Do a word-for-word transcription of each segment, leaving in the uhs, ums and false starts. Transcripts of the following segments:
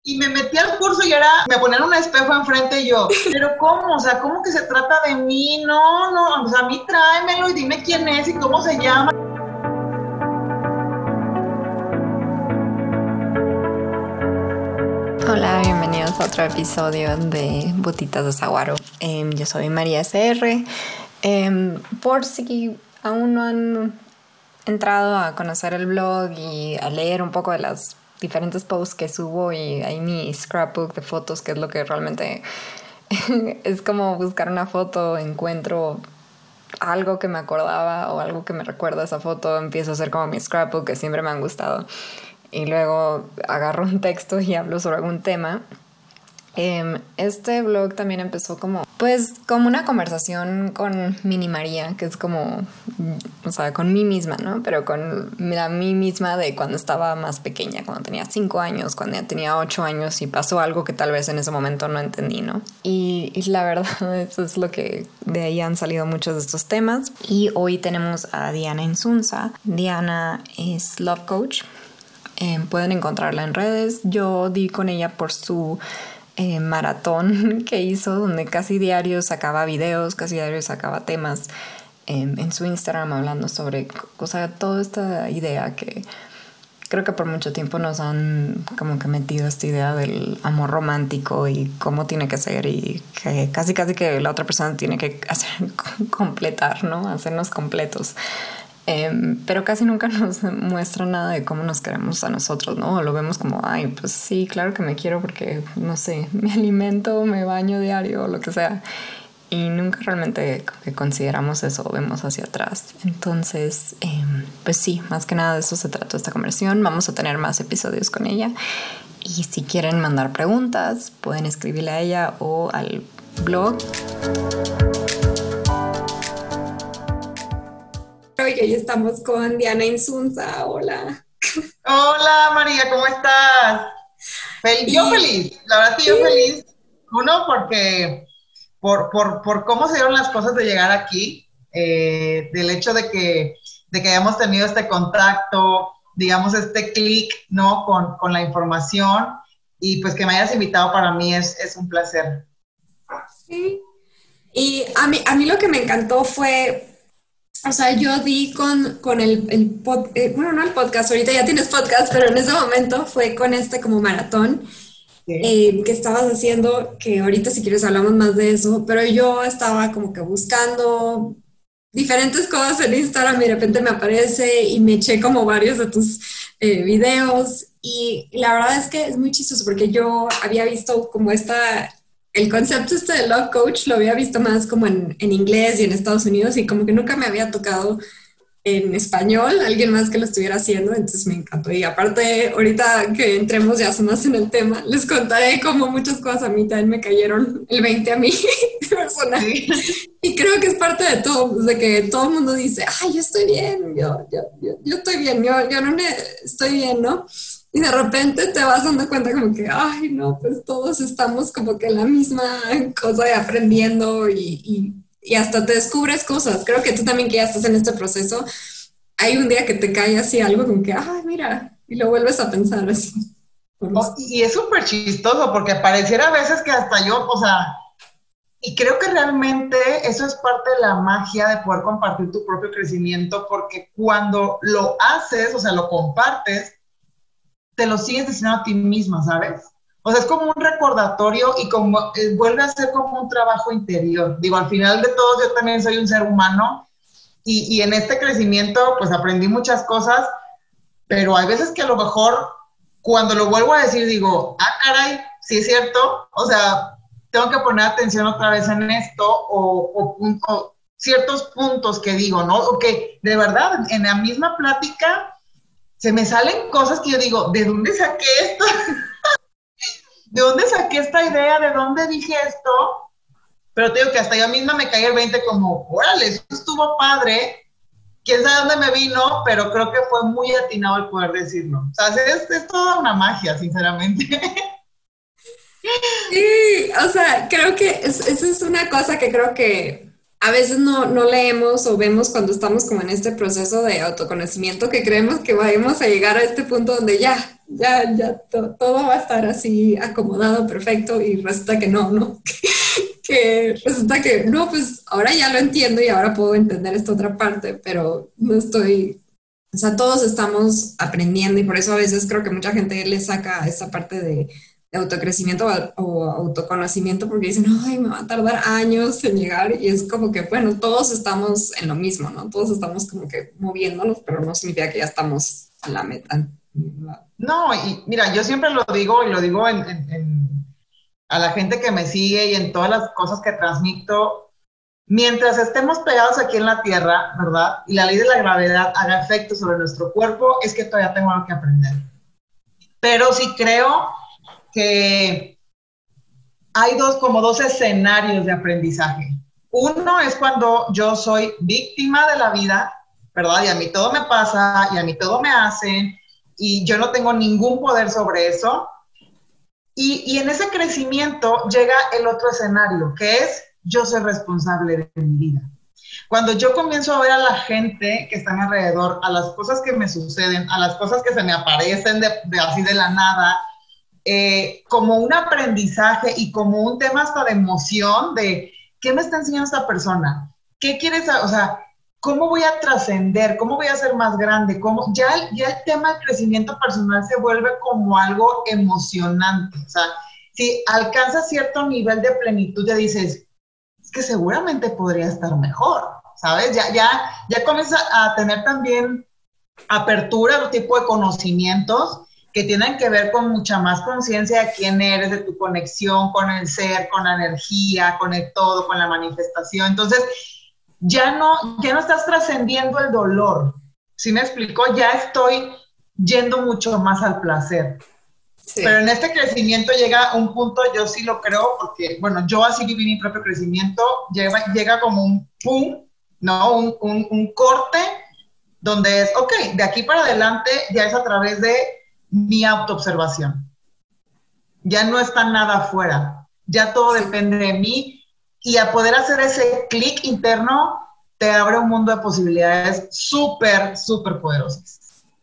Y me metí al curso y era, me ponían un espejo enfrente y yo, pero ¿cómo? O sea, ¿cómo que se trata de mí? No, no, o sea, a mí tráemelo y dime quién es y cómo se llama. Hola, bienvenidos a otro episodio de Botitas de Saguaro. Eh, yo soy María S R. Eh, por si aún no han entrado a conocer el blog y a leer un poco de las diferentes posts que subo y ahí mi scrapbook de fotos, que es lo que realmente es como buscar una foto, encuentro algo que me acordaba o algo que me recuerda a esa foto, empiezo a hacer como mi scrapbook, que siempre me han gustado, y luego agarro un texto y hablo sobre algún tema. Este blog también empezó como, pues, como una conversación con Mini María, que es como, o sea, con mí misma, ¿no? Pero con la mí misma de cuando estaba más pequeña, cuando tenía cinco años, cuando ya tenía ocho años y pasó algo que tal vez en ese momento no entendí, ¿no? Y, y la verdad, eso es lo que de ahí han salido muchos de estos temas. Y hoy tenemos a Diana Insunza. Diana es Love Coach. Eh, pueden encontrarla en redes. Yo di con ella por su Eh, maratón que hizo, donde casi diario sacaba videos, casi diario sacaba temas eh, en su Instagram hablando sobre, o sea, toda esta idea que creo que por mucho tiempo nos han como que metido esta idea del amor romántico y cómo tiene que ser, y que casi casi que la otra persona tiene que hacer completar, ¿no? Hacernos completos. Eh, pero casi nunca nos muestra nada de cómo nos queremos a nosotros, ¿no? Lo vemos como, ay, pues sí, claro que me quiero porque, no sé, me alimento, me baño diario, o lo que sea. Y nunca realmente consideramos eso o vemos hacia atrás. Entonces, eh, pues sí, más que nada de eso se trató esta conversación. Vamos a tener más episodios con ella. Y si quieren mandar preguntas, pueden escribirle a ella o al blog. Y hoy estamos con Diana Insunza. Hola. Hola María, ¿cómo estás? Fel- y, yo feliz, la verdad que yo sí. feliz. Uno, porque por, por, por cómo se dieron las cosas de llegar aquí, eh, del hecho de que, de que hayamos tenido este contacto, digamos, este clic, ¿no? Con, con la información, y pues que me hayas invitado para mí es, es un placer. Sí. Y a mí, a mí lo que me encantó fue, o sea, yo di con, con el, el pod, eh, bueno, no el podcast, ahorita ya tienes podcast, pero en ese momento fue con este como maratón sí. eh, que estabas haciendo, que ahorita si quieres hablamos más de eso, pero yo estaba como que buscando diferentes cosas en Instagram y de repente me aparece y me eché como varios de tus eh, videos, y la verdad es que es muy chistoso porque yo había visto como esta... El concepto este de Love Coach lo había visto más como en, en inglés y en Estados Unidos, y como que nunca me había tocado en español alguien más que lo estuviera haciendo, entonces me encantó. Y aparte, ahorita que entremos ya más en el tema, les contaré cómo muchas cosas a mí también me cayeron el veinte a mí personal. Sí. Y creo que es parte de todo, de que todo el mundo dice, ay, yo estoy bien, yo, yo, yo, yo estoy bien, yo, yo no me, estoy bien, ¿no? Y de repente te vas dando cuenta como que, ay, no, pues todos estamos como que en la misma cosa de aprendiendo, y, y, y hasta te descubres cosas. Creo que tú también, que ya estás en este proceso, hay un día que te cae así algo como que, ay, mira, y lo vuelves a pensar así. Oh, y es súper chistoso porque pareciera a veces que hasta yo, o sea, y creo que realmente eso es parte de la magia de poder compartir tu propio crecimiento, porque cuando lo haces, o sea, lo compartes, te lo sigues diciendo a ti misma, ¿sabes? O sea, es como un recordatorio y como eh, vuelve a ser como un trabajo interior. Digo, al final de todo, yo también soy un ser humano, y, y en este crecimiento, pues aprendí muchas cosas, pero hay veces que a lo mejor, cuando lo vuelvo a decir, digo, ah, caray, sí es cierto, o sea, tengo que poner atención otra vez en esto, o, o, o ciertos puntos que digo, ¿no? O que, de verdad, en la misma plática, se me salen cosas que yo digo, ¿de dónde saqué esto? ¿De dónde saqué esta idea? ¿De dónde dije esto? Pero te digo que hasta yo misma me caí el veinte como, órale, eso estuvo padre, quién sabe dónde me vino, pero creo que fue muy atinado el poder decirlo. O sea, es, es toda una magia, sinceramente. Sí, o sea, creo que es, eso es una cosa que creo que a veces no, no leemos o vemos cuando estamos como en este proceso de autoconocimiento, que creemos que vamos a llegar a este punto donde ya, ya, ya to- todo va a estar así acomodado, perfecto, y resulta que no, ¿no? Que resulta que, no, pues ahora ya lo entiendo y ahora puedo entender esta otra parte, pero no estoy, o sea, todos estamos aprendiendo y por eso a veces creo que mucha gente le saca esa parte de, de autocrecimiento o, o autoconocimiento porque dicen, ay, me va a tardar años en llegar y es como que, bueno, todos estamos en lo mismo, ¿no? Todos estamos como que moviéndonos, pero no significa que ya estamos a la meta. No, y mira, yo siempre lo digo y lo digo en, en- en- a la gente que me sigue y en todas las cosas que transmito. Mientras estemos pegados aquí en la Tierra, ¿verdad? Y la ley de la gravedad haga efecto sobre nuestro cuerpo, es que todavía tengo algo que aprender. Pero sí creo que hay dos, como dos escenarios de aprendizaje. Uno es cuando yo soy víctima de la vida, ¿verdad? Y a mí todo me pasa, y a mí todo me hacen, y yo no tengo ningún poder sobre eso. Y, y en ese crecimiento llega el otro escenario, que es yo soy responsable de mi vida. Cuando yo comienzo a ver a la gente que está a mi alrededor, a las cosas que me suceden, a las cosas que se me aparecen de, de así de la nada, eh, como un aprendizaje y como un tema hasta de emoción, de qué me está enseñando esta persona, qué quieres, o sea, cómo voy a trascender, cómo voy a ser más grande, cómo, ya, ya el tema del crecimiento personal se vuelve como algo emocionante, o sea, si alcanzas cierto nivel de plenitud, ya dices, es que seguramente podría estar mejor, ¿sabes? Ya, ya, ya comienza a tener también apertura a un tipo de conocimientos que tienen que ver con mucha más conciencia de quién eres, de tu conexión con el ser, con la energía, con el todo, con la manifestación. Entonces, ya no, ya no estás trascendiendo el dolor. ¿Sí me explicó? Ya estoy yendo mucho más al placer. Sí. Pero en este crecimiento llega un punto, yo sí lo creo, porque, bueno, yo así viví mi propio crecimiento, llega, llega como un pum, ¿no? Un, un, un corte donde es, ok, de aquí para adelante ya es a través de mi autoobservación. Ya no está nada afuera, ya todo Sí. depende de mí y a poder hacer ese clic interno te abre un mundo de posibilidades súper, súper poderosas.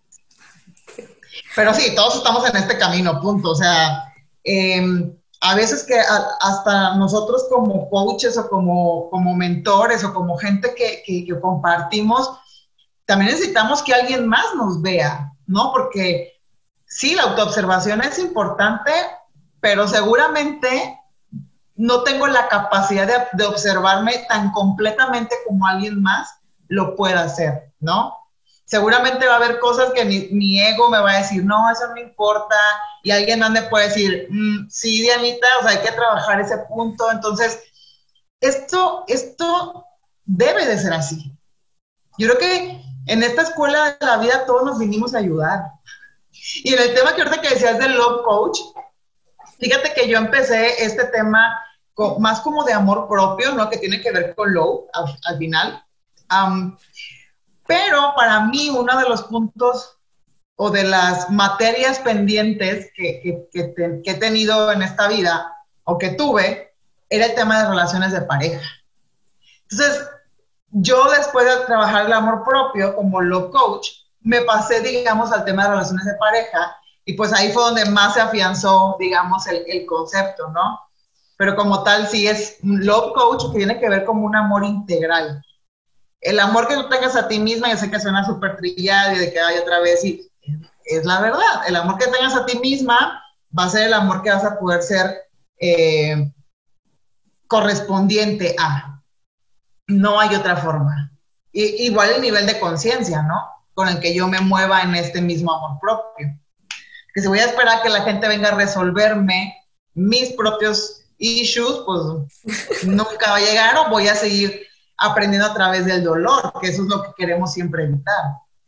Pero sí, todos estamos en este camino, punto. O sea, eh, a veces que a, hasta nosotros como coaches o como, como mentores o como gente que, que, que compartimos, también necesitamos que alguien más nos vea, ¿no? Porque sí, la autoobservación es importante, pero seguramente no tengo la capacidad de, de observarme tan completamente como alguien más lo pueda hacer, ¿no? Seguramente va a haber cosas que mi, mi ego me va a decir, no, eso no me importa, y alguien más me puede decir, mm, sí, Dianita, o sea, hay que trabajar ese punto. Entonces, esto, esto debe de ser así. Yo creo que en esta escuela de la vida todos nos vinimos a ayudar. Y en el tema que ahorita que decías del love coach, fíjate que yo empecé este tema con, más como de amor propio, ¿no? Que tiene que ver con love al, al final. Um, pero para mí uno de los puntos o de las materias pendientes que, que, que, te, que he tenido en esta vida o que tuve era el tema de relaciones de pareja. Entonces, yo después de trabajar el amor propio como love coach, me pasé, digamos, al tema de relaciones de pareja y pues ahí fue donde más se afianzó, digamos, el, el concepto, ¿no? Pero como tal, sí es un love coach que tiene que ver como un amor integral. El amor que tú tengas a ti misma, yo sé que suena súper trillado y de que hay otra vez, y es la verdad, el amor que tengas a ti misma va a ser el amor que vas a poder ser eh, correspondiente a. No hay otra forma. Y, igual el nivel de conciencia, ¿no? Con el que yo me mueva en este mismo amor propio. Que si voy a esperar que la gente venga a resolverme mis propios issues, pues nunca va a llegar o voy a seguir aprendiendo a través del dolor, que eso es lo que queremos siempre evitar.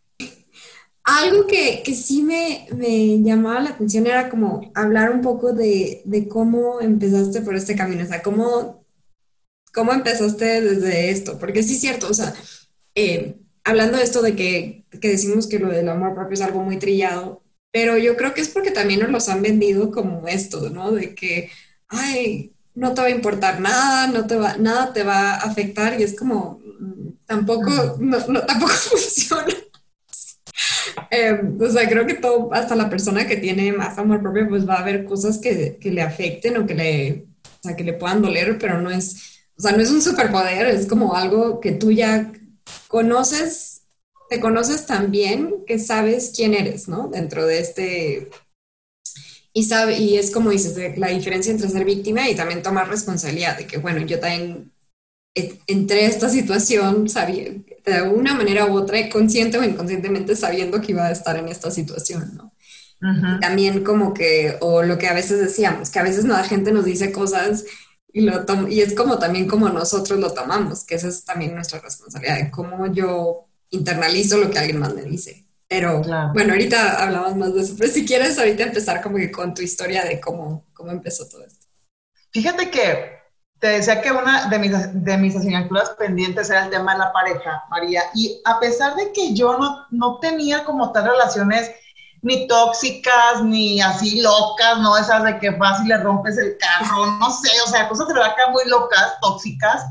Algo que, que sí me, me llamaba la atención era como hablar un poco de, de cómo empezaste por este camino, o sea, cómo, cómo empezaste desde esto, porque sí es cierto, o sea, eh, hablando de esto de que, que decimos que lo del amor propio es algo muy trillado, pero yo creo que es porque también nos los han vendido como esto, ¿no? De que, ay, no te va a importar nada, no te va, nada te va a afectar y es como, mm, tampoco, no, no, tampoco funciona. Eh, o sea, creo que todo, hasta la persona que tiene más amor propio, pues va a haber cosas que, que le afecten o que le, o sea, que le puedan doler, pero no es, o sea, no es un superpoder, es como algo que tú ya conoces, te conoces tan bien que sabes quién eres, ¿no? Dentro de este, y sabe, y es como dices, de la diferencia entre ser víctima y también tomar responsabilidad de que, bueno, yo también eh, entré a esta situación sabía, de una manera u otra, consciente o inconscientemente sabiendo que iba a estar en esta situación, ¿no? Y Ujú. también como que, o lo que a veces decíamos, que a veces no, la gente nos dice cosas y, lo tom y es como también como nosotros lo tomamos, que esa es también nuestra responsabilidad, de cómo yo internalizo lo que alguien más me dice. Pero Claro. bueno, ahorita hablamos más de eso, pero si quieres ahorita empezar como que con tu historia de cómo, cómo empezó todo esto. Fíjate que te decía que una de mis, de mis asignaturas pendientes era el tema de la pareja, María, y a pesar de que yo no, no tenía como tal relaciones ni tóxicas, ni así locas, ¿no? Esas de que vas y le rompes el carro, no sé, o sea, cosas de verdad que muy locas, tóxicas,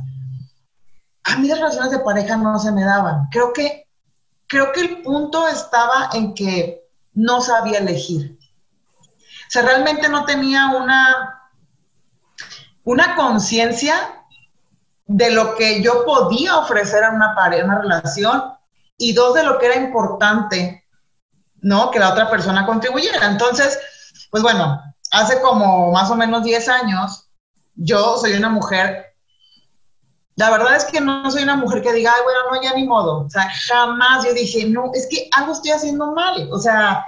a mí las relaciones de pareja no se me daban. Creo que, creo que el punto estaba en que no sabía elegir. O sea, realmente no tenía una, una conciencia de lo que yo podía ofrecer a una pareja, una relación, y dos, de lo que era importante, ¿no? Que la otra persona contribuyera. Entonces, pues bueno, hace como más o menos diez años, yo soy una mujer, la verdad es que no soy una mujer que diga, ay, bueno, no, ya ni modo. O sea, jamás yo dije, no, es que algo estoy haciendo mal. O sea,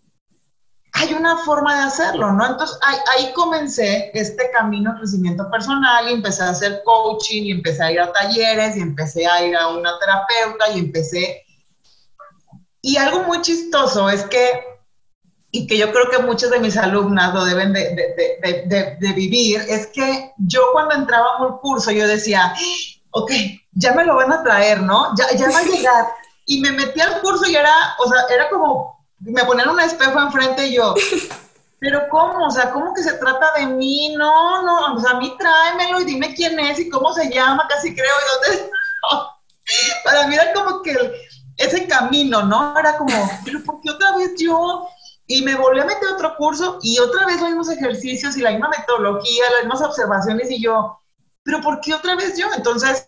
hay una forma de hacerlo, ¿no? Entonces ahí, ahí comencé este camino de crecimiento personal y empecé a hacer coaching y empecé a ir a talleres y empecé a ir a una terapeuta y empecé... Y algo muy chistoso es que, y que yo creo que muchas de mis alumnas lo deben de, de, de, de, de vivir, es que yo cuando entraba a un curso yo decía, ok, ya me lo van a traer, ¿no? Ya, ya va a llegar. Y me metí al curso y era, o sea, era como, me ponían un espejo enfrente y yo, pero ¿cómo? O sea, ¿cómo que se trata de mí? No, no, o sea, a mí tráemelo y dime quién es y cómo se llama, casi creo, y dónde está. Para mí era como que el, ese camino, ¿no? Era como, pero ¿por qué otra vez yo? Y me volví a meter a otro curso y otra vez los mismos ejercicios y la misma metodología, las mismas observaciones y yo, pero ¿por qué otra vez yo? Entonces,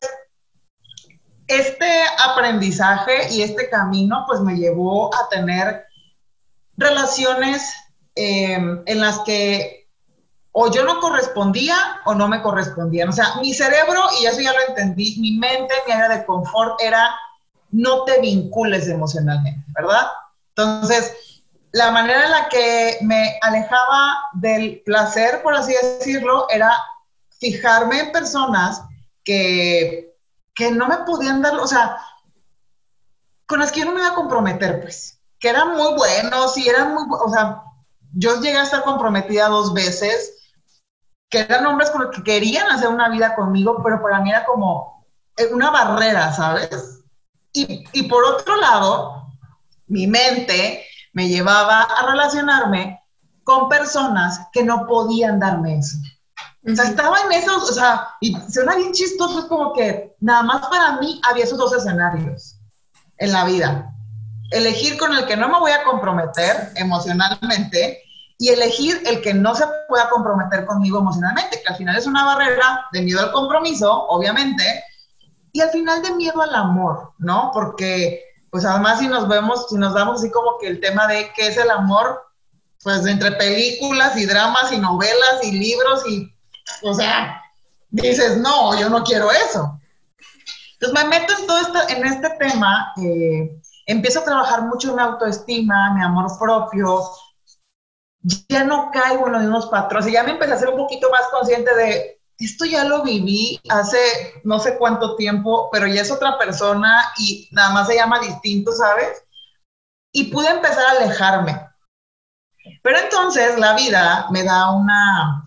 este aprendizaje y este camino pues me llevó a tener relaciones eh, en las que o yo no correspondía o no me correspondían. O sea, mi cerebro, y eso ya lo entendí, mi mente, mi área de confort era no te vincules emocionalmente, ¿verdad? Entonces, la manera en la que me alejaba del placer, por así decirlo, era fijarme en personas que, que no me podían dar, o sea, con las que yo no me iba a comprometer, pues, que eran muy buenos y eran muy, o sea, yo llegué a estar comprometida dos veces, que eran hombres con los que querían hacer una vida conmigo, pero para mí era como una barrera, ¿sabes? Y, y por otro lado, mi mente me llevaba a relacionarme con personas que no podían darme eso. O sea, estaba en esos, o sea, y suena bien chistoso, es como que nada más para mí había esos dos escenarios en la vida. Elegir con el que no me voy a comprometer emocionalmente y elegir el que no se pueda comprometer conmigo emocionalmente, que al final es una barrera de miedo al compromiso, obviamente, y al final de miedo al amor, ¿no? Porque, pues además si nos vemos, si nos damos así como que el tema de qué es el amor, pues entre películas y dramas y novelas y libros y, o sea, dices, no, yo no quiero eso. Entonces me meto en todo esto, en este tema, eh, empiezo a trabajar mucho en mi autoestima, mi amor propio, ya no caigo en los mismos patrones, y ya me empecé a ser un poquito más consciente de, esto ya lo viví hace no sé cuánto tiempo, pero ya es otra persona y nada más se llama distinto, ¿sabes? Y pude empezar a alejarme. Pero entonces la vida me da una,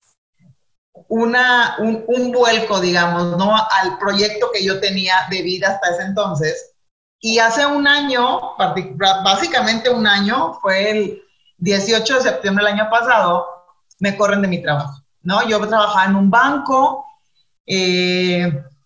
una, un, un vuelco, digamos, ¿no? Al proyecto que yo tenía de vida hasta ese entonces. Y hace un año, básicamente un año, fue el dieciocho de septiembre del año pasado, me corren de mi trabajo, ¿no? Yo trabajaba en un banco, eh,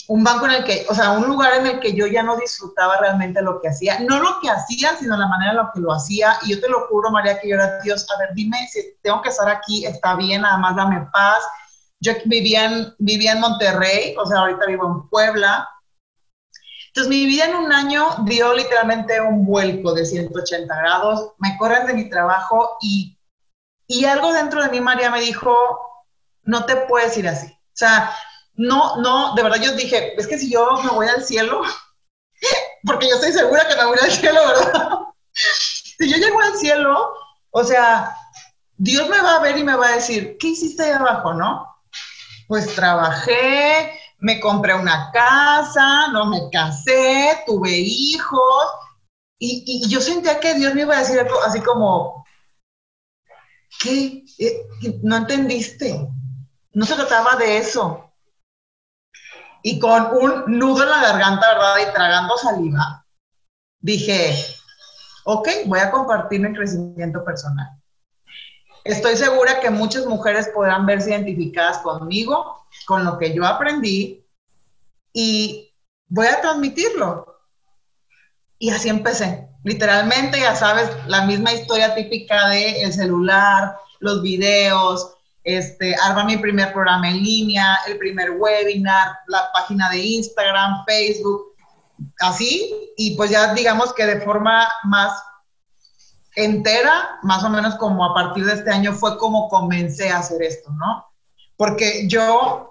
un banco en el que, o sea, un lugar en el que yo ya no disfrutaba realmente lo que hacía, no lo que hacía, sino la manera en la que lo hacía, y yo te lo juro, María, que yo era, Dios, a ver, dime si tengo que estar aquí, está bien, nada más dame paz. Yo vivía en, vivía en Monterrey, o sea, ahorita vivo en Puebla. Entonces, mi vida en un año dio literalmente un vuelco de ciento ochenta grados, me corren de mi trabajo, y, y algo dentro de mí, María, me dijo, no te puedes ir así. O sea, no, no, de verdad yo dije, es que si yo me voy al cielo, porque yo estoy segura que me voy al cielo, ¿verdad? Si yo llego al cielo, o sea, Dios me va a ver y me va a decir, ¿qué hiciste ahí abajo, no? Pues trabajé, me compré una casa, no me casé, tuve hijos, y, y yo sentía que Dios me iba a decir algo así como, ¿qué? Eh, ¿No entendiste? No se trataba de eso. Y con un nudo en la garganta, ¿verdad? Y tragando saliva, dije, ok, voy a compartir mi crecimiento personal. Estoy segura que muchas mujeres podrán verse identificadas conmigo, con lo que yo aprendí, y voy a transmitirlo. Y así empecé. Literalmente, ya sabes, la misma historia típica de el celular, los videos, este, arma mi primer programa en línea, el primer webinar, la página de Instagram, Facebook, así, y pues ya digamos que de forma más entera, más o menos como a partir de este año fue como comencé a hacer esto, ¿no? Porque yo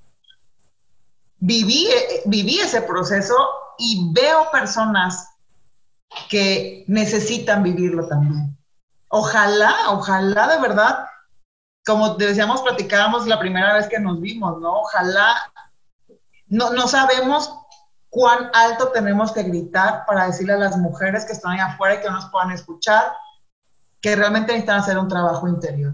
viví, viví ese proceso y veo personas que necesitan vivirlo también. Ojalá, ojalá de verdad, como decíamos, platicábamos la primera vez que nos vimos, ¿no? Ojalá, no, no sabemos cuán alto tenemos que gritar para decirle a las mujeres que están ahí afuera y que no nos puedan escuchar, que realmente necesitan hacer un trabajo interior.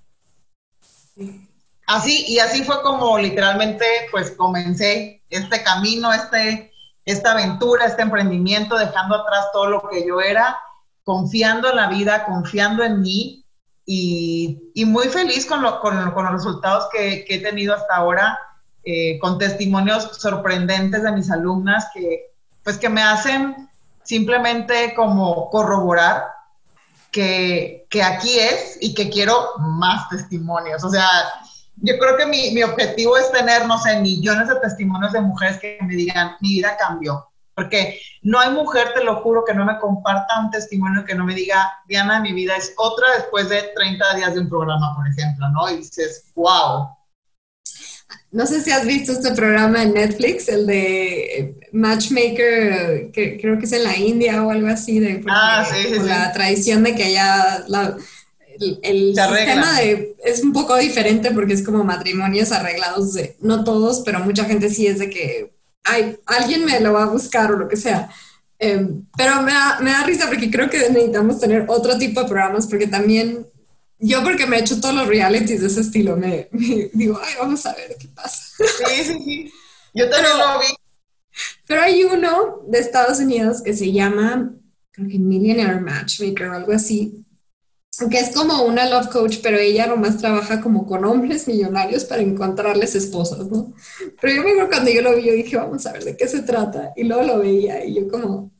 Así, y así fue como literalmente, pues, comencé este camino, este, esta aventura, este emprendimiento, dejando atrás todo lo que yo era, confiando en la vida, confiando en mí, y, y muy feliz con, lo, con, con los resultados que, que he tenido hasta ahora, eh, con testimonios sorprendentes de mis alumnas que, pues, que me hacen simplemente como corroborar que, que aquí es y que quiero más testimonios. O sea, yo creo que mi, mi objetivo es tener, no sé, millones de testimonios de mujeres que me digan, mi vida cambió. Porque no hay mujer, te lo juro, que no me comparta un testimonio que no me diga, Diana, mi vida es otra después de treinta días de un programa, por ejemplo, ¿no? Y dices, wow. No sé si has visto este programa en Netflix, el de Matchmaker, que creo que es en la India o algo así, de ah, sí, sí, por sí. la tradición de que allá la, el, el sistema de, es un poco diferente porque es como matrimonios arreglados, de, no todos, pero mucha gente sí es de que ay, alguien me lo va a buscar o lo que sea. Eh, pero me da, me da risa porque creo que necesitamos tener otro tipo de programas porque también... Yo porque me he hecho todos los realities de ese estilo, me, me digo, ay, vamos a ver qué pasa. Sí, sí, sí. Yo también pero, lo vi. Pero hay uno de Estados Unidos que se llama, creo que Millionaire Matchmaker o algo así, que es como una love coach, pero ella nomás trabaja como con hombres millonarios para encontrarles esposas, ¿no? Pero yo me acuerdo cuando yo lo vi, yo dije, vamos a ver de qué se trata. Y luego lo veía y yo como...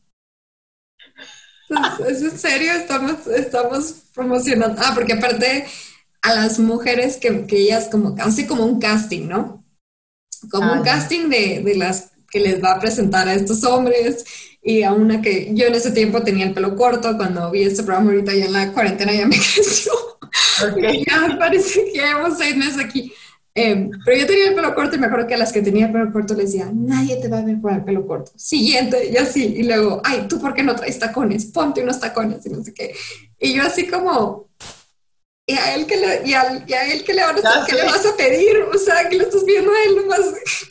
¿Es en serio? Estamos, estamos promocionando. Ah, porque aparte a las mujeres que, que ellas como, hace como un casting, ¿no? Como ah, un casting de, de las que les va a presentar a estos hombres y a una que yo en ese tiempo tenía el pelo corto, cuando vi este programa ahorita ya en la cuarentena ya me creció. Okay. Ya parece que llevamos seis meses aquí. Eh, pero yo tenía el pelo corto y me acuerdo que a las que tenía el pelo corto les decía, nadie te va a ver con el pelo corto. Siguiente, y así. Y luego, ay, ¿tú por qué no traes tacones? Ponte unos tacones y no sé qué. Y yo así como, ¿y a él qué le, y a, y a él qué le, van a, ¿qué le vas a pedir? O sea, que lo estás viendo a él nomás.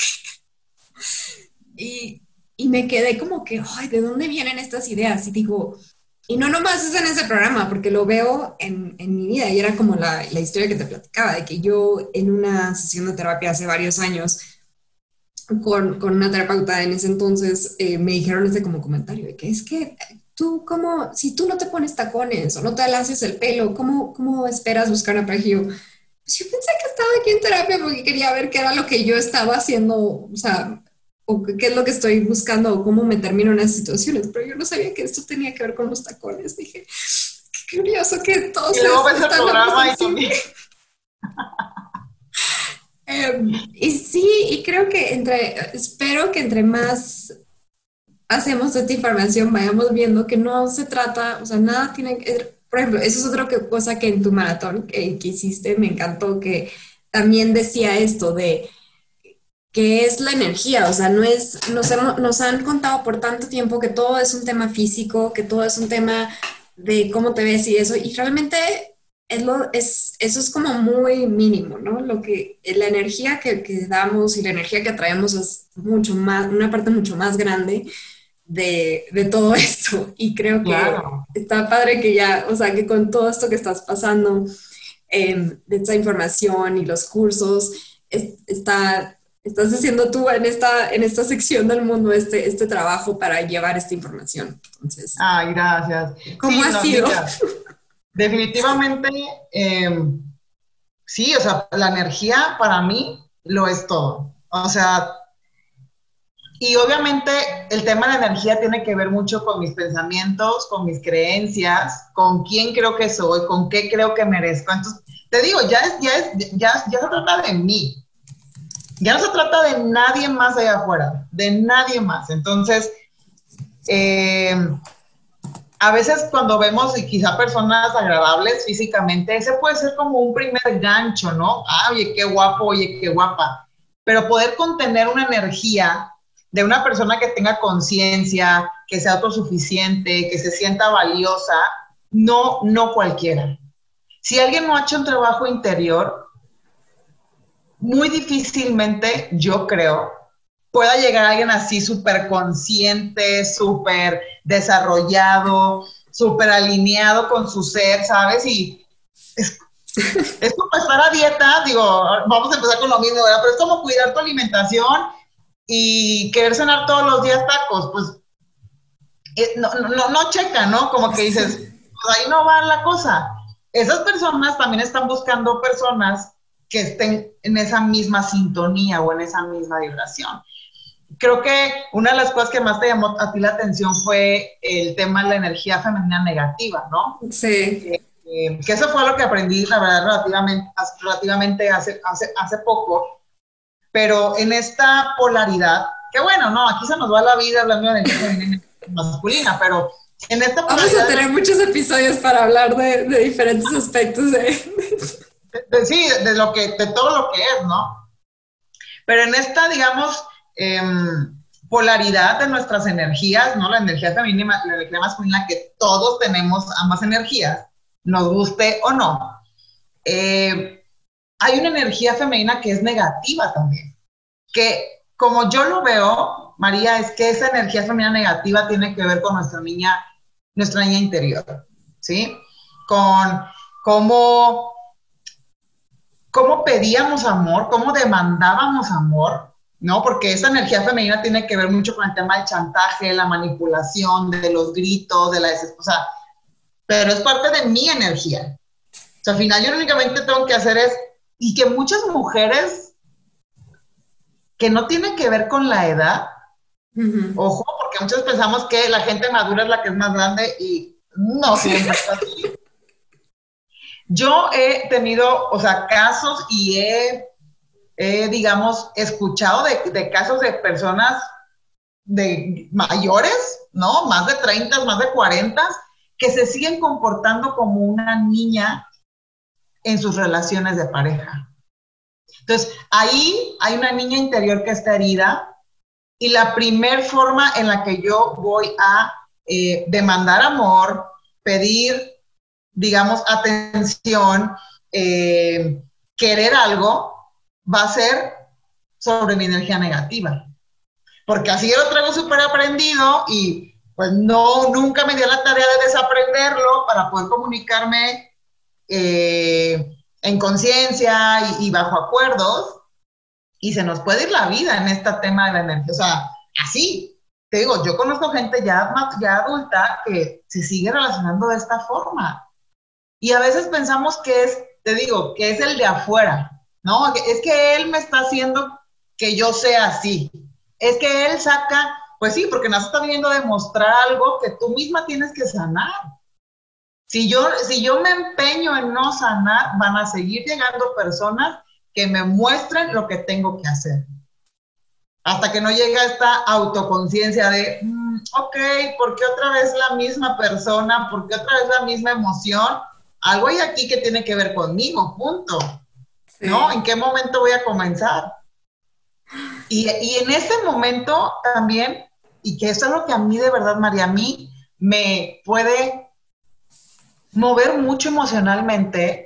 y, y me quedé como que, ay, ¿de dónde vienen estas ideas? Y digo... Y no nomás es en ese programa, porque lo veo en, en mi vida y era como la, la historia que te platicaba, de que yo en una sesión de terapia hace varios años con, con una terapeuta en ese entonces eh, me dijeron ese como comentario, de que es que tú como, si tú no te pones tacones o no te haces el pelo, ¿cómo, cómo esperas buscar una pareja? Y yo, pues yo pensé que estaba aquí en terapia porque quería ver qué era lo que yo estaba haciendo, o sea, o qué es lo que estoy buscando o cómo me termino en esas situaciones, pero yo no sabía que esto tenía que ver con los tacones. Dije, qué curioso que todos Y luego ves el están programa y también. Um, y sí, y creo que entre, espero que entre más hacemos esta información, vayamos viendo que no se trata, o sea, nada tiene que, por ejemplo, eso es otra que- cosa que en tu maratón que, que hiciste, me encantó que también decía esto de que es la energía, o sea, no es, nos, hemos, nos han contado por tanto tiempo que todo es un tema físico, que todo es un tema de cómo te ves y eso, y realmente es lo, es, eso es como muy mínimo, ¿no? Lo que, la energía que, que damos y la energía que atraemos es mucho más, una parte mucho más grande de, de todo esto, y creo que Claro. está padre que ya, o sea, que con todo esto que estás pasando, eh, de esta información y los cursos, es, está, estás haciendo tú en esta, en esta sección del mundo este, este trabajo para llevar esta información. Entonces, Ay, gracias. ¿cómo Sí, ha no, sido? mira, definitivamente, eh, sí, o sea, la energía para mí lo es todo. O sea, y obviamente el tema de energía tiene que ver mucho con mis pensamientos, con mis creencias, con quién creo que soy, con qué creo que merezco. Entonces, te digo, ya, es, ya, es, ya, ya se trata de mí. Ya no se trata de nadie más allá afuera, de nadie más. Entonces, eh, a veces cuando vemos y quizá personas agradables físicamente, ese puede ser como un primer gancho, ¿no? Ah, oye, qué guapo, oye, qué guapa. Pero poder contener una energía de una persona que tenga conciencia, que sea autosuficiente, que se sienta valiosa, no, no cualquiera. Si alguien no ha hecho un trabajo interior, muy difícilmente, yo creo, pueda llegar alguien así súper consciente, súper desarrollado, súper alineado con su ser, ¿sabes? Y es, es como estar a dieta, digo, vamos a empezar con lo mismo, ¿verdad? Pero es como cuidar tu alimentación y querer cenar todos los días tacos, pues eh, no, no, no checa, ¿no? Como que dices, pues ahí no va la cosa. Esas personas también están buscando personas que estén en esa misma sintonía o en esa misma vibración. Creo que una de las cosas que más te llamó a ti la atención fue el tema de la energía femenina negativa, ¿no? Sí. Eh, eh, que eso fue lo que aprendí, la verdad, relativamente, relativamente hace, hace, hace poco, pero en esta polaridad, que bueno, no, aquí se nos va la vida hablando de energía femenina y masculina, pero en esta Vamos a polaridad, tener muchos episodios para hablar de, de diferentes aspectos de... de, de, sí, de, de, lo que, de todo lo que es, ¿no? Pero en esta, digamos, eh, polaridad de nuestras energías, ¿no? La energía femenina y la energía masculina, que todos tenemos ambas energías, nos guste o no. Eh, hay una energía femenina que es negativa también, que como yo lo veo, María, es que esa energía femenina negativa tiene que ver con nuestra niña, nuestra niña interior, ¿sí? Con cómo, cómo pedíamos amor, cómo demandábamos amor, ¿no? Porque esa energía femenina tiene que ver mucho con el tema del chantaje, la manipulación, de los gritos, de la desesperanza, pero es parte de mi energía. O sea, al final yo únicamente tengo que hacer es, y que muchas mujeres que no tiene que ver con la edad, uh-huh. Ojo, porque muchos pensamos que la gente madura es la que es más grande y no siempre es así. Yo he tenido, o sea, casos y he, he digamos, escuchado de, de casos de personas de mayores, ¿no? Más de treinta, más de cuarenta, que se siguen comportando como una niña en sus relaciones de pareja. Entonces, ahí hay una niña interior que está herida y la primer forma en la que yo voy a eh, demandar amor, pedir, digamos, atención, eh, querer algo, va a ser sobre mi energía negativa. Porque así yo lo traigo súper aprendido y pues no, nunca me dio la tarea de desaprenderlo para poder comunicarme eh, en conciencia y, y bajo acuerdos. Y se nos puede ir la vida en este tema de la energía. O sea, así, te digo, yo conozco gente ya, ya adulta que se sigue relacionando de esta forma. Y a veces pensamos que es, te digo, que es el de afuera, ¿no? Es que él me está haciendo que yo sea así. Es que él saca, pues sí, porque nos está viniendo a demostrar algo que tú misma tienes que sanar. Si yo, si yo me empeño en no sanar, van a seguir llegando personas que me muestren lo que tengo que hacer. Hasta que no llega esta autoconciencia de, mm, ok, ¿por qué otra vez la misma persona? ¿Por qué otra vez la misma emoción? Algo hay aquí que tiene que ver conmigo, punto. Sí. ¿No? ¿En qué momento voy a comenzar? Y, y en ese momento también, y que eso es lo que a mí de verdad, María, a mí me puede mover mucho emocionalmente,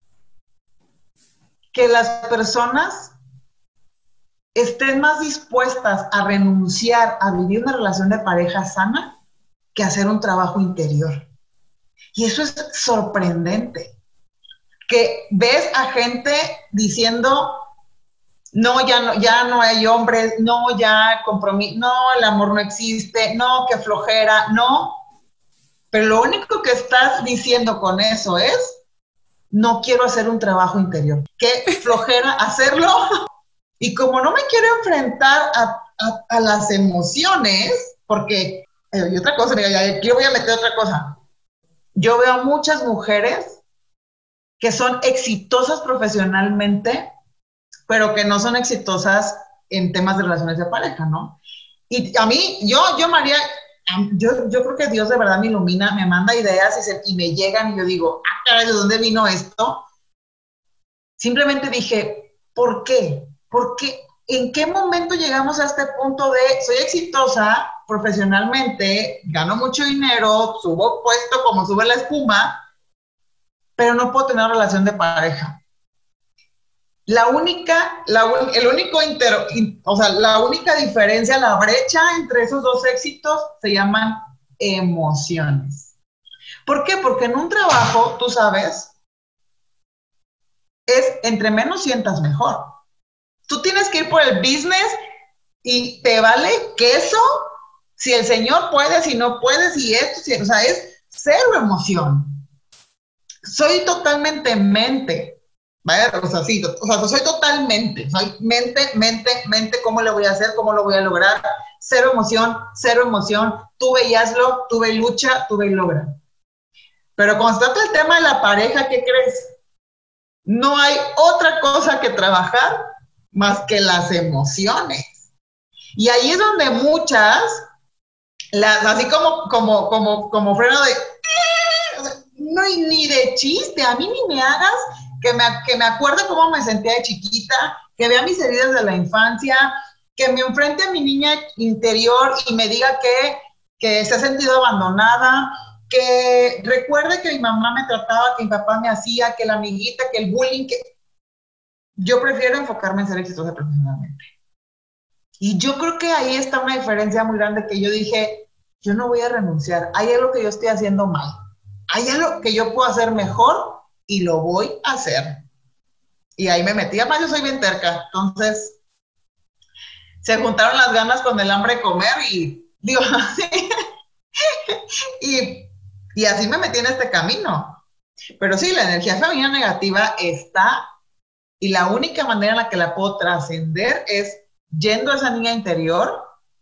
que las personas estén más dispuestas a renunciar a vivir una relación de pareja sana que hacer un trabajo interior. Y eso es sorprendente. Que ves a gente diciendo, no, ya no, ya no hay hombres, no, ya compromiso, no, el amor no existe, no, qué flojera, no. Pero lo único que estás diciendo con eso es, no quiero hacer un trabajo interior. Qué flojera hacerlo. Y como no me quiero enfrentar a, a, a las emociones, porque, eh, y otra cosa, mira, ya, aquí voy a meter otra cosa. Yo veo a muchas mujeres que son exitosas profesionalmente, pero que no son exitosas en temas de relaciones de pareja, ¿no? Y a mí, yo, yo María, yo, yo creo que Dios de verdad me ilumina, me manda ideas y, se, y me llegan y yo digo, ah, caray, ¿de dónde vino esto? Simplemente dije, ¿por qué? ¿Por qué? ¿En qué momento llegamos a este punto de soy exitosa profesionalmente, gano mucho dinero, subo puesto como sube la espuma, pero no puedo tener una relación de pareja? La única, la, el único inter, o sea, la única diferencia, la brecha entre esos dos éxitos se llaman emociones. ¿Por qué? Porque en un trabajo, tú sabes, es entre menos sientas mejor. Tú tienes que ir por el business y te vale queso si el señor puede, si no puede, si esto, si, o sea, es cero emoción. Soy totalmente mente, ¿vale? O sea, sí, o sea, soy totalmente, soy mente, mente, mente, ¿cómo lo voy a hacer? ¿Cómo lo voy a lograr? Cero emoción, cero emoción, tú ve y hazlo, tú ve y lucha, tú ve y logra. Pero cuando se trata el tema de la pareja, ¿qué crees? No hay otra cosa que trabajar más que las emociones. Y ahí es donde muchas, las, así como, como, como, como freno de, eh, o sea, no, ni de chiste, a mí ni me hagas que me, que me acuerde cómo me sentía de chiquita, que vea mis heridas de la infancia, que me enfrente a mi niña interior y me diga que, que se ha sentido abandonada, que recuerde que mi mamá me trataba, que mi papá me hacía, que la amiguita, que el bullying, que yo prefiero enfocarme en ser exitosa profesionalmente. Y yo creo que ahí está una diferencia muy grande que yo dije, yo no voy a renunciar, hay algo que yo estoy haciendo mal, hay algo que yo puedo hacer mejor y lo voy a hacer. Y ahí me metí, además yo soy bien terca, entonces se juntaron las ganas con el hambre de comer y digo, y, y así me metí en este camino. Pero sí, la energía femenina negativa está. Y la única manera en la que la puedo trascender es yendo a esa niña interior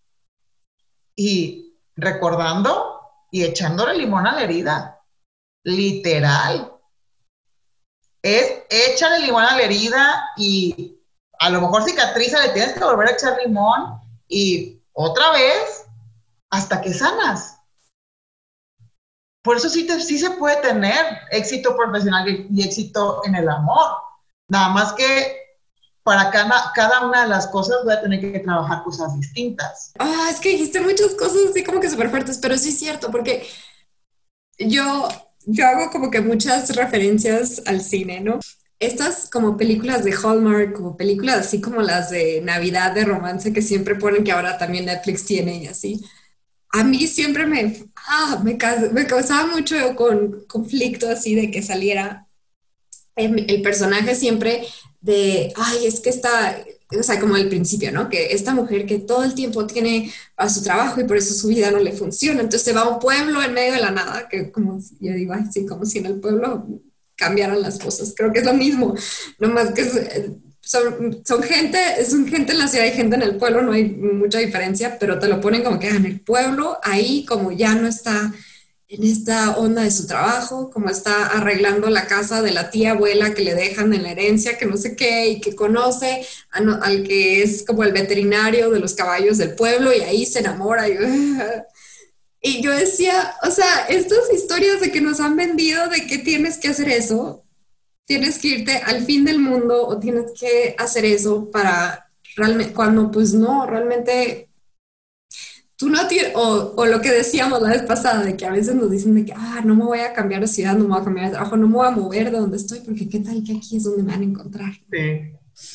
y recordando y echándole limón a la herida. Literal. Es échale limón a la herida y a lo mejor cicatriza, le tienes que volver a echar limón y otra vez hasta que sanas. Por eso sí, te, sí se puede tener éxito profesional y, y éxito en el amor. Nada más que para cada, cada una de las cosas voy a tener que trabajar cosas distintas. Ah, es que dijiste muchas cosas así como que súper fuertes, pero sí es cierto, porque yo, yo hago como que muchas referencias al cine, ¿no? Estas como películas de Hallmark, como películas así como las de Navidad, de romance, que siempre ponen, que ahora también Netflix tiene y así. A mí siempre me, ah, me, me causaba mucho con, conflicto así de que saliera el personaje siempre de, ay, es que está, o sea, como al principio, ¿no? Que esta mujer que todo el tiempo tiene a su trabajo y por eso su vida no le funciona, entonces se va a un pueblo en medio de la nada, que como, yo digo, ay, sí, como si en el pueblo cambiaran las cosas, creo que es lo mismo, nomás que es, son, son gente, son gente en la ciudad y gente en el pueblo, no hay mucha diferencia, pero te lo ponen como que ah, en el pueblo, ahí como ya no está en esta onda de su trabajo, como está arreglando la casa de la tía abuela que le dejan en la herencia, que no sé qué, y que conoce a no, al que es como el veterinario de los caballos del pueblo, y ahí se enamora. Y, y yo decía, o sea, estas historias de que nos han vendido de que tienes que hacer eso, tienes que irte al fin del mundo o tienes que hacer eso para realmente, cuando pues no, realmente tú no tienes, o, o lo que decíamos la vez pasada, de que a veces nos dicen de que, ah, no me voy a cambiar de ciudad, no me voy a cambiar de trabajo, no me voy a mover de donde estoy, porque qué tal que aquí es donde me van a encontrar. Sí.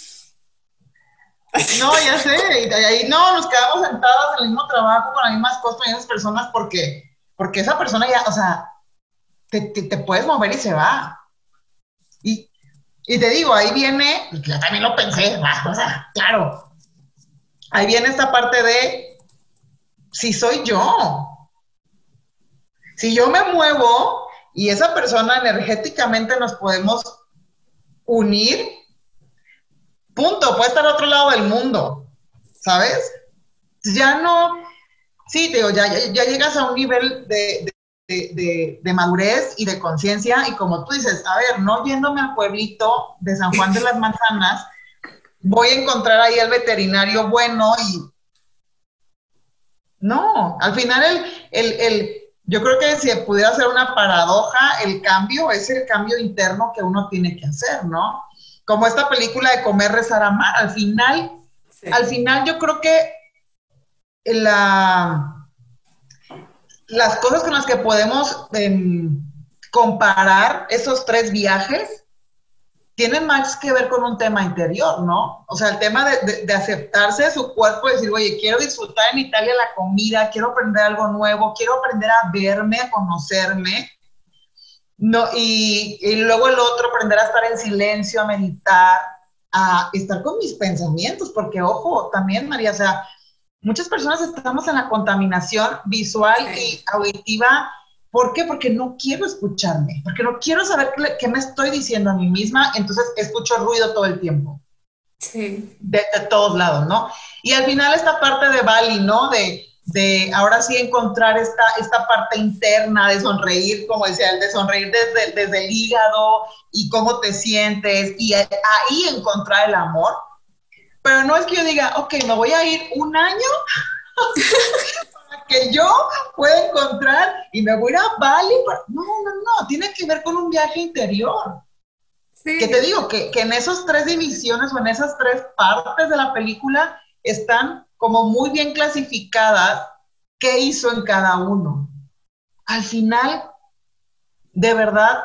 No, ya sé, y ahí no, nos quedamos sentados en el mismo trabajo, con las mismas cosas, con las mismas personas, porque, porque esa persona ya, o sea, te, te, te puedes mover y se va. Y, y te digo, ahí viene, y yo también lo pensé, o sea, claro, ahí viene esta parte de, si soy yo, si yo me muevo y esa persona energéticamente nos podemos unir, punto, puede estar al otro lado del mundo, ¿sabes? Ya no, sí, te digo, ya, ya, ya llegas a un nivel de, de De, de, de madurez y de conciencia, y como tú dices, a ver, no yéndome al pueblito de San Juan de las Manzanas, voy a encontrar ahí al veterinario bueno y no, al final el, el, el, yo creo que si pudiera ser una paradoja, el cambio es el cambio interno que uno tiene que hacer, ¿no? Como esta película de Comer, Rezar, Amar, al final, sí. al final yo creo que la... las cosas con las que podemos eh, comparar esos tres viajes tienen más que ver con un tema interior, ¿no? O sea, el tema de, de, de aceptarse de su cuerpo y decir, oye, quiero disfrutar en Italia la comida, quiero aprender algo nuevo, quiero aprender a verme, a conocerme, no, y, y luego el otro, aprender a estar en silencio, a meditar, a estar con mis pensamientos, porque, ojo, también, María, o sea, muchas personas estamos en la contaminación visual sí. y auditiva. ¿Por qué? Porque no quiero escucharme, porque no quiero saber qué, qué me estoy diciendo a mí misma, entonces escucho ruido todo el tiempo. Sí. De, de todos lados, ¿no? Y al final esta parte de Bali, ¿no? De, de ahora sí encontrar esta, esta parte interna de sonreír, como decía, de sonreír desde, desde el hígado y cómo te sientes, y ahí encontrar el amor. Pero no es que yo diga, ok, me voy a ir un año para que yo pueda encontrar y me voy a ir a Bali. No, no, no, tiene que ver con un viaje interior. Sí. Que te digo, que, que en esas tres divisiones o en esas tres partes de la película están como muy bien clasificadas qué hizo en cada uno. Al final, de verdad,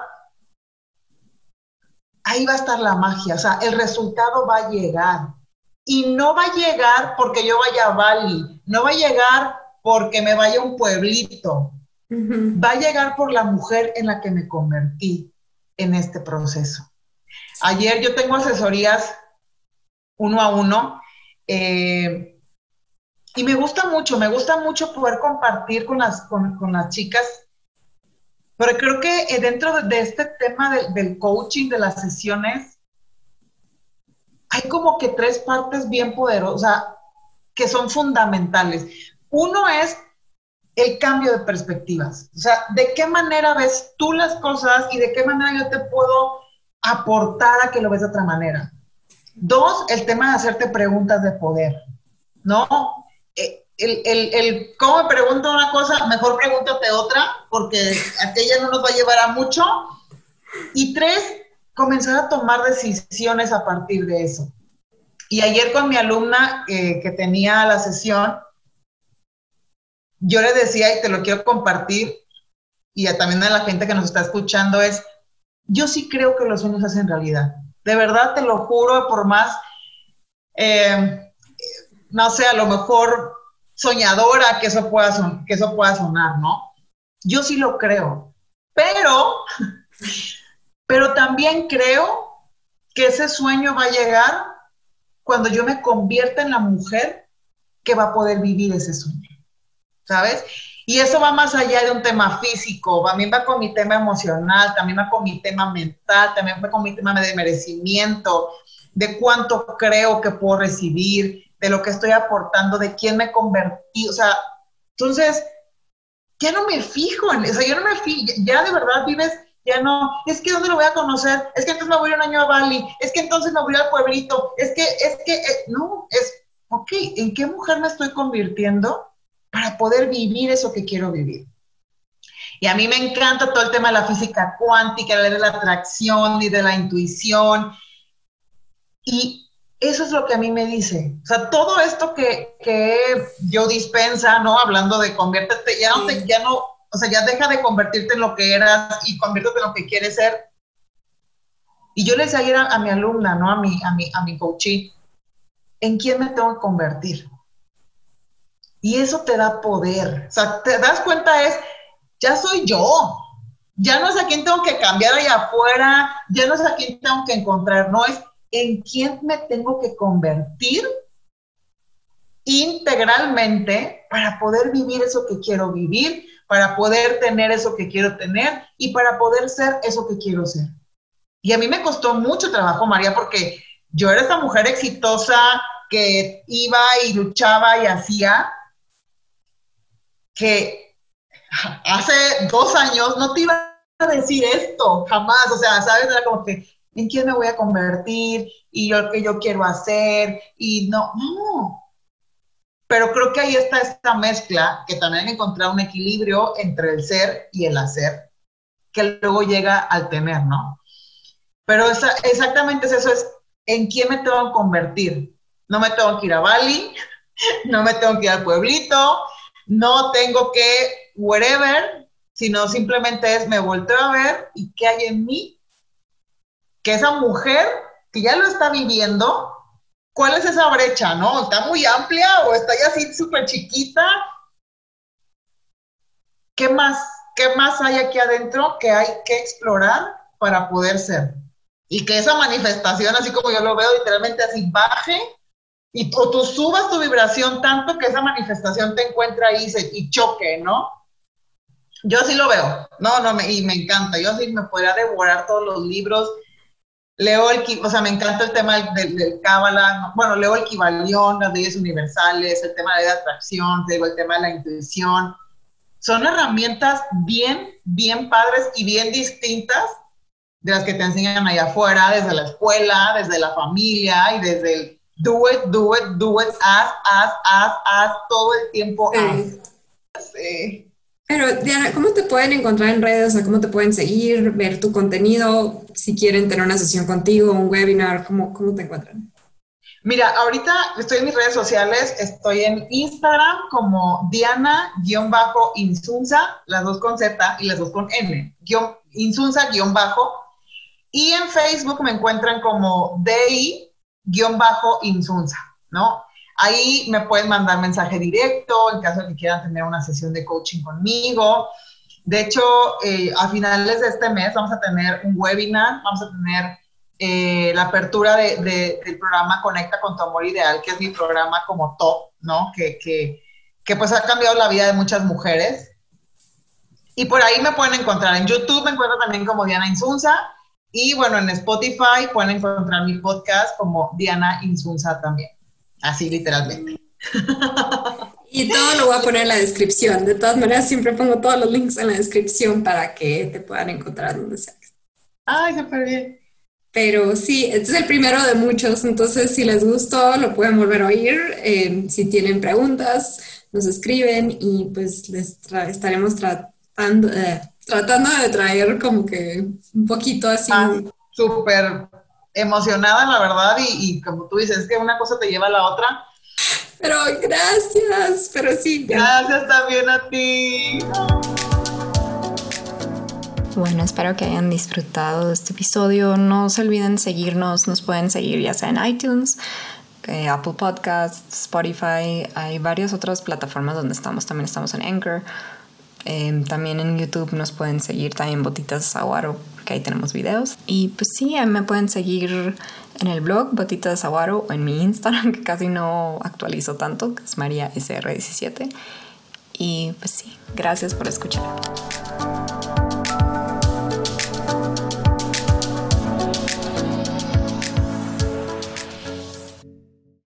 ahí va a estar la magia, o sea, el resultado va a llegar. Y no va a llegar porque yo vaya a Bali, no va a llegar porque me vaya a un pueblito, uh-huh. va a llegar por la mujer en la que me convertí en este proceso. Ayer yo tengo asesorías uno a uno eh, y me gusta mucho, me gusta mucho poder compartir con las, con, con las chicas, pero creo que dentro de, de este tema de, del coaching, de las sesiones, hay como que tres partes bien poderosas que son fundamentales. Uno es el cambio de perspectivas. O sea, ¿de qué manera ves tú las cosas y de qué manera yo te puedo aportar a que lo ves de otra manera? Dos, el tema de hacerte preguntas de poder, ¿no? El, el, el cómo me pregunto una cosa, mejor pregúntate otra, porque aquella no nos va a llevar a mucho. Y tres, comenzar a tomar decisiones a partir de eso. Y ayer con mi alumna eh, que tenía la sesión, yo le decía, y te lo quiero compartir, y a, también a la gente que nos está escuchando, es, yo sí creo que los sueños hacen realidad. De verdad, te lo juro, por más, eh, no sé, a lo mejor soñadora que eso pueda, son, que eso pueda sonar, ¿no? Yo sí lo creo. Pero... Pero también creo que ese sueño va a llegar cuando yo me convierta en la mujer que va a poder vivir ese sueño, ¿sabes? Y eso va más allá de un tema físico, también va con mi tema emocional, también va con mi tema mental, también va con mi tema de merecimiento, de cuánto creo que puedo recibir, de lo que estoy aportando, de quién me convertí, o sea, entonces, ya no me fijo, en, o sea, yo no me fijo, ya de verdad vives, ya no, es que ¿dónde lo voy a conocer? Es que entonces me voy un año a Bali, es que entonces me voy al pueblito, es que, es que, eh, no, es, ok, ¿en qué mujer me estoy convirtiendo para poder vivir eso que quiero vivir? Y a mí me encanta todo el tema de la física cuántica, de la atracción y de la intuición, y eso es lo que a mí me dice. O sea, todo esto que, que yo dispensa, ¿no? Hablando de conviértete, ya no, te, ya no, o sea, ya deja de convertirte en lo que eras y conviértete en lo que quieres ser. Y yo le decía ayer a, a mi alumna, ¿no? A mi, a mi, a mi coachee, ¿en quién me tengo que convertir? Y eso te da poder. O sea, te das cuenta es, ya soy yo. Ya no es a quién tengo que cambiar allá afuera, ya no es a quién tengo que encontrar, no es en quién me tengo que convertir integralmente para poder vivir eso que quiero vivir, para poder tener eso que quiero tener y para poder ser eso que quiero ser. Y a mí me costó mucho trabajo, María, porque yo era esa mujer exitosa que iba y luchaba y hacía, que hace dos años no te iba a decir esto, jamás, o sea, ¿sabes? Era como que, ¿en quién me voy a convertir? Y lo que yo quiero hacer, y no, no. Pero creo que ahí está esta mezcla, que también hay que encontrar un equilibrio entre el ser y el hacer, que luego llega al tener, ¿no? Pero esa, exactamente es eso, es en quién me tengo que convertir. No me tengo que ir a Bali, no me tengo que ir al pueblito, no tengo que wherever, sino simplemente es me volteo a ver y qué hay en mí, que esa mujer que ya lo está viviendo, ¿cuál es esa brecha, no? ¿Está muy amplia o está ya así súper chiquita? ¿Qué más, qué más hay aquí adentro que hay que explorar para poder ser? Y que esa manifestación, así como yo lo veo, literalmente así baje y o tú subas tu vibración tanto que esa manifestación te encuentre ahí y choque, ¿no? Yo así lo veo, no, no, me, y me encanta, yo así me podría devorar todos los libros, leo el, o sea, me encanta el tema del, del Cábala, bueno, leo el Kybalión, las leyes universales, el tema de la atracción, digo, el tema de la intuición, son herramientas bien, bien padres y bien distintas de las que te enseñan allá afuera, desde la escuela, desde la familia y desde el do it, do it, do it, haz, haz, haz, haz, todo el tiempo Sí. haz. Sí. Pero Diana, ¿cómo te pueden encontrar en redes? O sea, ¿cómo te pueden seguir, ver tu contenido? Si quieren tener una sesión contigo, un webinar, ¿cómo, cómo te encuentran? Mira, ahorita estoy en mis redes sociales, estoy en Instagram como Diana-Insunza, las dos con Z y las dos con N, Insunza-bajo, y en Facebook me encuentran como D I-Insunza, ¿no? Ahí me pueden mandar mensaje directo en caso de que quieran tener una sesión de coaching conmigo. De hecho, eh, a finales de este mes vamos a tener un webinar, vamos a tener eh, la apertura de, de, del programa Conecta con tu Amor Ideal, que es mi programa como top, ¿no? Que, que, que pues ha cambiado la vida de muchas mujeres. Y por ahí me pueden encontrar. En YouTube me encuentro también como Diana Insunza. Y bueno, en Spotify pueden encontrar mi podcast como Diana Insunza también. Así literalmente. Y todo lo voy a poner en la descripción. De todas maneras, siempre pongo todos los links en la descripción para que te puedan encontrar donde sea. Ay, súper bien. Pero sí, este es el primero de muchos. Entonces, si les gustó, lo pueden volver a oír. Eh, si tienen preguntas, nos escriben y pues les tra- estaremos tratando, eh, tratando de traer como que un poquito así. Ah, súper emocionada, la verdad, y, y como tú dices, es que una cosa te lleva a la otra. Pero gracias, pero sí. Gracias también a ti. Bueno, espero que hayan disfrutado de este episodio. No se olviden seguirnos, nos pueden seguir ya sea en iTunes, eh, Apple Podcasts, Spotify. Hay varias otras plataformas donde estamos, también estamos en Anchor. Eh, también en YouTube nos pueden seguir, también Botitas de Saguaro, porque ahí tenemos videos. Y pues sí, me pueden seguir en el blog Botitas de Saguaro o en mi Instagram, que casi no actualizo tanto, que es María S R diecisiete. Y pues sí, gracias por escuchar.